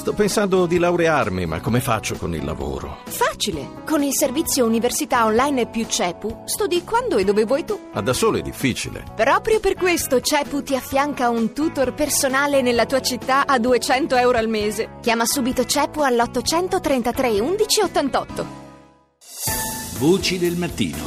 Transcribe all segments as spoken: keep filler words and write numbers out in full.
Sto pensando di laurearmi, ma come faccio con il lavoro? Facile! Con il servizio Università Online più CEPU studi quando e dove vuoi tu. Ma da solo è difficile. Proprio per questo CEPU ti affianca un tutor personale nella tua città a duecento euro al mese. Chiama subito CEPU all'ottocentotrentatré undici ottantotto. Voci del mattino.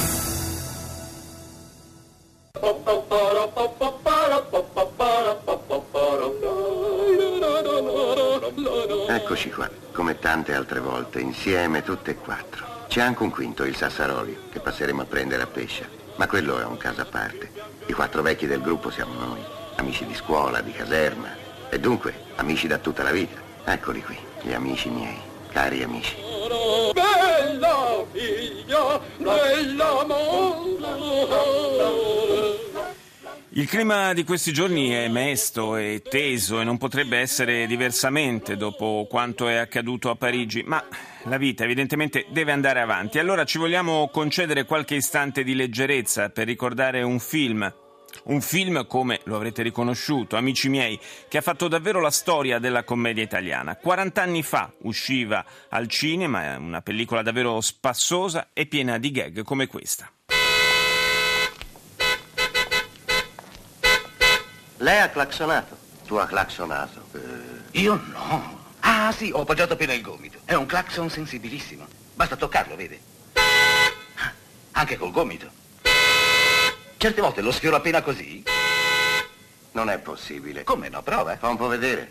Eccoci qua, come tante altre volte, insieme tutte e quattro. C'è anche un quinto, il Sassaroli, che passeremo a prendere a Pescia. Ma quello è un caso a parte. I quattro vecchi del gruppo siamo noi, amici di scuola, di caserma, e dunque amici da tutta la vita. Eccoli qui, gli amici miei, cari amici. Bella figlia, bella mondo. Il clima di questi giorni è mesto e teso e non potrebbe essere diversamente dopo quanto è accaduto a Parigi, ma la vita evidentemente deve andare avanti. Allora ci vogliamo concedere qualche istante di leggerezza per ricordare un film. Un film, come lo avrete riconosciuto, amici miei, che ha fatto davvero la storia della commedia italiana. quarant'anni fa usciva al cinema una pellicola davvero spassosa e piena di gag come questa. Lei ha clacsonato? Tu ha clacsonato? Eh... Io no. Ah sì, ho appoggiato appena il gomito. È un clacson sensibilissimo. Basta toccarlo, vede? Anche col gomito. Certe volte lo sfioro appena così. Non è possibile. Come no? Prova. Fa un po' vedere.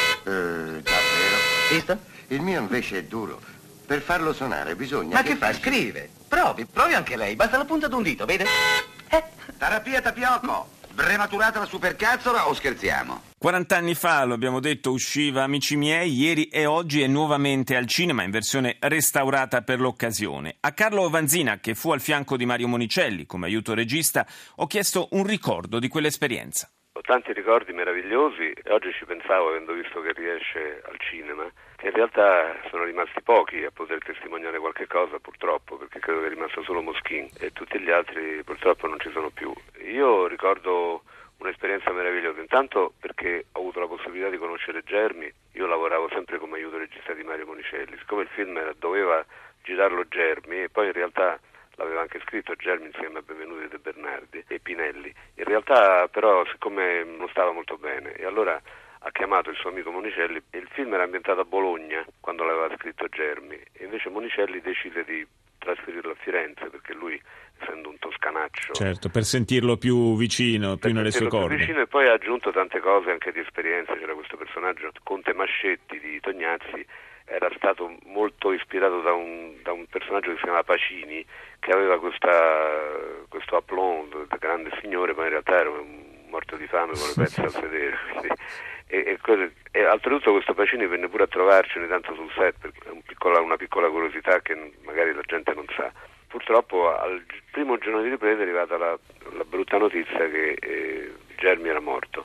Eh, davvero? Visto? Il mio invece è duro. Per farlo suonare bisogna Ma che che fa? faccia- Scrive. Provi, provi anche lei. Basta la punta d'un dito, vede? Eh. Terapia tapioco. Prematurata la supercazzola o scherziamo? quarant'anni fa, lo abbiamo detto, usciva Amici miei, ieri e oggi è nuovamente al cinema in versione restaurata per l'occasione. A Carlo Vanzina, che fu al fianco di Mario Monicelli come aiuto regista, ho chiesto un ricordo di quell'esperienza. Ho tanti ricordi meravigliosi e oggi ci pensavo, avendo visto che riesce al cinema, che in realtà sono rimasti pochi a poter testimoniare qualche cosa, purtroppo, perché credo che è rimasto solo Moschin e tutti gli altri purtroppo non ci sono più. Io ricordo un'esperienza meravigliosa, intanto perché ho avuto la possibilità di conoscere Germi. Io lavoravo sempre come aiuto regista di Mario Monicelli, siccome il film era, doveva girarlo Germi e poi in realtà l'aveva anche scritto Germi insieme a Benvenuti De Bernardi e Pinelli. In realtà però siccome non stava molto bene e allora ha chiamato il suo amico Monicelli e il film era ambientato a Bologna quando l'aveva scritto Germi e invece Monicelli decide di trasferirlo a Firenze perché lui, essendo un toscanaccio, Certo, per sentirlo più vicino, più nelle sue corde. Vicino, e poi ha aggiunto tante cose anche di esperienza. C'era questo personaggio, Conte Mascetti di Tognazzi, era stato molto ispirato da un, da un personaggio che si chiamava Pacini, che aveva questa, questo aplomb da grande signore, ma in realtà era un morto di fame con le pezze al sedere. Quindi, e, e, cose, e oltretutto questo Pacini venne pure a trovarci ogni tanto sul set, perché è un piccola, una piccola curiosità che magari la gente non sa. Purtroppo al primo giorno di ripresa è arrivata la, la brutta notizia che eh, Germi era morto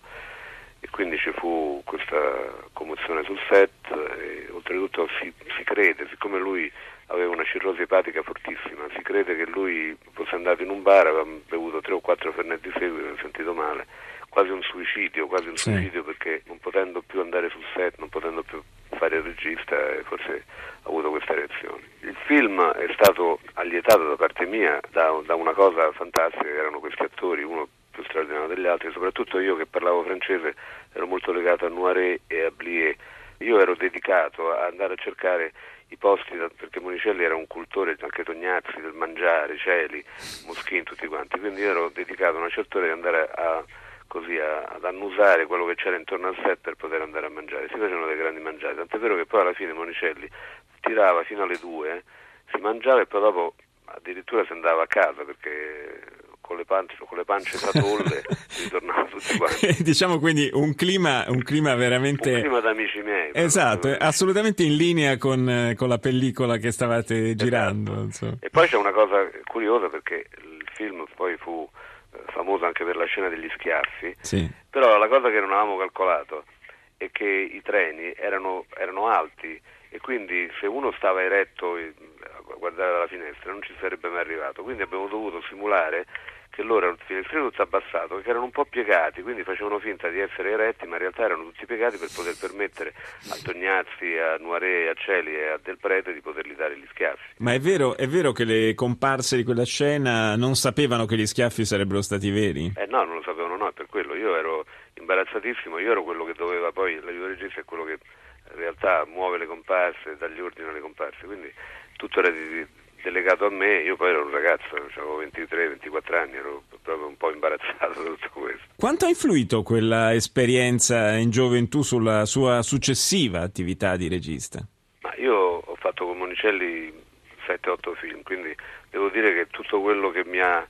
e quindi ci fu questa commozione sul set e oltretutto si, si crede, siccome lui aveva una cirrosi epatica fortissima, si crede che lui fosse andato in un bar, aveva bevuto tre o quattro Fernet di seguito, mi ha sentito male, quasi un suicidio, quasi un sì. suicidio perché non potendo più andare sul set, non potendo più fare il regista, forse ha avuto questa reazione. Il film è stato allietato da parte mia da, da una cosa fantastica, che erano questi attori, uno più straordinario degli altri, soprattutto io che parlavo francese ero molto legato a Noiret e a Blier. Io ero dedicato a andare a cercare i posti, perché Monicelli era un cultore, anche Tognazzi, del mangiare, Celi, Moschin, tutti quanti, quindi io ero dedicato a una certa ora di andare a, così a, ad annusare quello che c'era intorno al set per poter andare a mangiare. Si facevano dei grandi mangiati, tant'è vero che poi alla fine Monicelli tirava fino alle due, si mangiava e poi dopo addirittura si andava a casa perché con le pance, con le pance fatolle ritornavano tutti quanti. Diciamo quindi un clima, un clima veramente... Un clima da amici miei. Esatto, è assolutamente in linea con, con la pellicola che stavate esatto. girando. Insomma. E poi c'è una cosa curiosa perché il film poi fu eh, famoso anche per la scena degli schiaffi, sì. Però la cosa che non avevamo calcolato è che i treni erano, erano alti e quindi se uno stava eretto guardare dalla finestra non ci sarebbe mai arrivato, quindi abbiamo dovuto simulare che loro erano finestrino tutto abbassato, che erano un po' piegati, quindi facevano finta di essere eretti, ma in realtà erano tutti piegati per poter permettere a Tognazzi, a Noiret, a Celi e a Del Prete di potergli dare gli schiaffi. Ma è vero, è vero che le comparse di quella scena non sapevano che gli schiaffi sarebbero stati veri? Eh no, non lo sapevano, no, è per quello. Io ero imbarazzatissimo, io ero quello che doveva, poi l'aiuto regista è quello che in realtà muove le comparse, dà gli ordini alle comparse, quindi tutto era di delegato a me. Io poi ero un ragazzo, avevo ventitré ventiquattro anni, ero proprio un po' imbarazzato da tutto questo. Quanto ha influito quella esperienza in gioventù sulla sua successiva attività di regista? Ma io ho fatto con Monicelli sette otto film, quindi devo dire che tutto quello che mi ha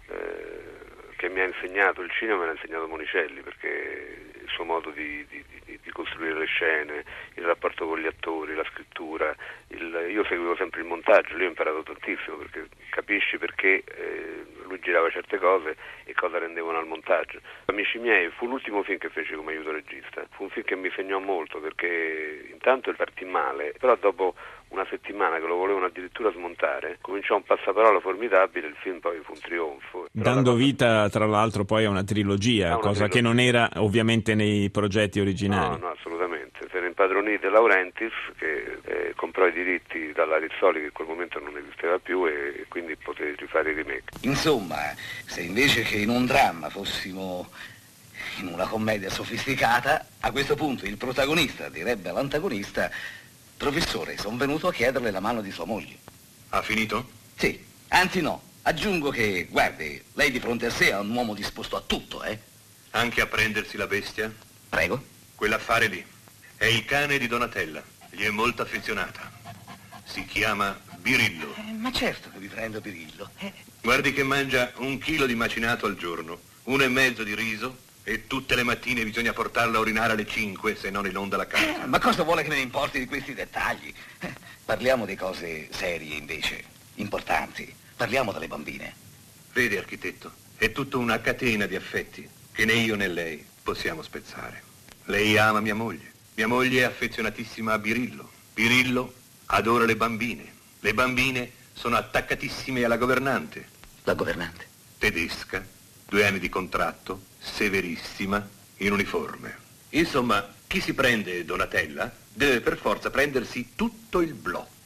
eh, che mi ha insegnato il cinema me l'ha insegnato Monicelli, perché il suo modo di, di, di, di costruire le scene, il rapporto con gli attori, la scrittura, il, io seguivo sempre il montaggio, lì ho imparato tantissimo, perché capisci perché eh, lui girava certe cose e cosa rendevano al montaggio. Amici miei fu l'ultimo film che feci come aiuto regista, fu un film che mi segnò molto, perché intanto partì male, però dopo una settimana che lo volevano addirittura smontare, cominciò un passaparola formidabile, il film poi fu un trionfo. Dando cosa... vita tra l'altro poi a una trilogia, a una cosa trilogia. Che non era ovviamente nei progetti originali. No, no, assolutamente. Se ne impadronì De Laurentiis, che eh, comprò i diritti dalla Rizzoli, che in quel momento non esisteva più, e quindi poté rifare i remake. Insomma, se invece che in un dramma fossimo in una commedia sofisticata, a questo punto il protagonista direbbe all'antagonista: professore, sono venuto a chiederle la mano di sua moglie. Ha finito? Sì, anzi no. Aggiungo che, guardi, lei di fronte a sé ha un uomo disposto a tutto, eh? Anche a prendersi la bestia? Prego? Quell'affare lì è il cane di Donatella. Gli è molto affezionata. Si chiama Birillo. Eh, ma certo che vi prendo Birillo. Eh. Guardi che mangia un chilo di macinato al giorno, uno e mezzo di riso, e tutte le mattine bisogna portarla a urinare alle cinque, se no inonda la casa. Eh, ma cosa vuole che me ne importi di questi dettagli? Eh, parliamo di cose serie, invece, importanti. Parliamo delle bambine. Vede, architetto, è tutta una catena di affetti che né io né lei possiamo spezzare. Lei ama mia moglie. Mia moglie è affezionatissima a Birillo. Birillo adora le bambine. Le bambine sono attaccatissime alla governante. La governante? Tedesca, due anni di contratto, severissima, in uniforme. Insomma, chi si prende Donatella deve per forza prendersi tutto il blocco.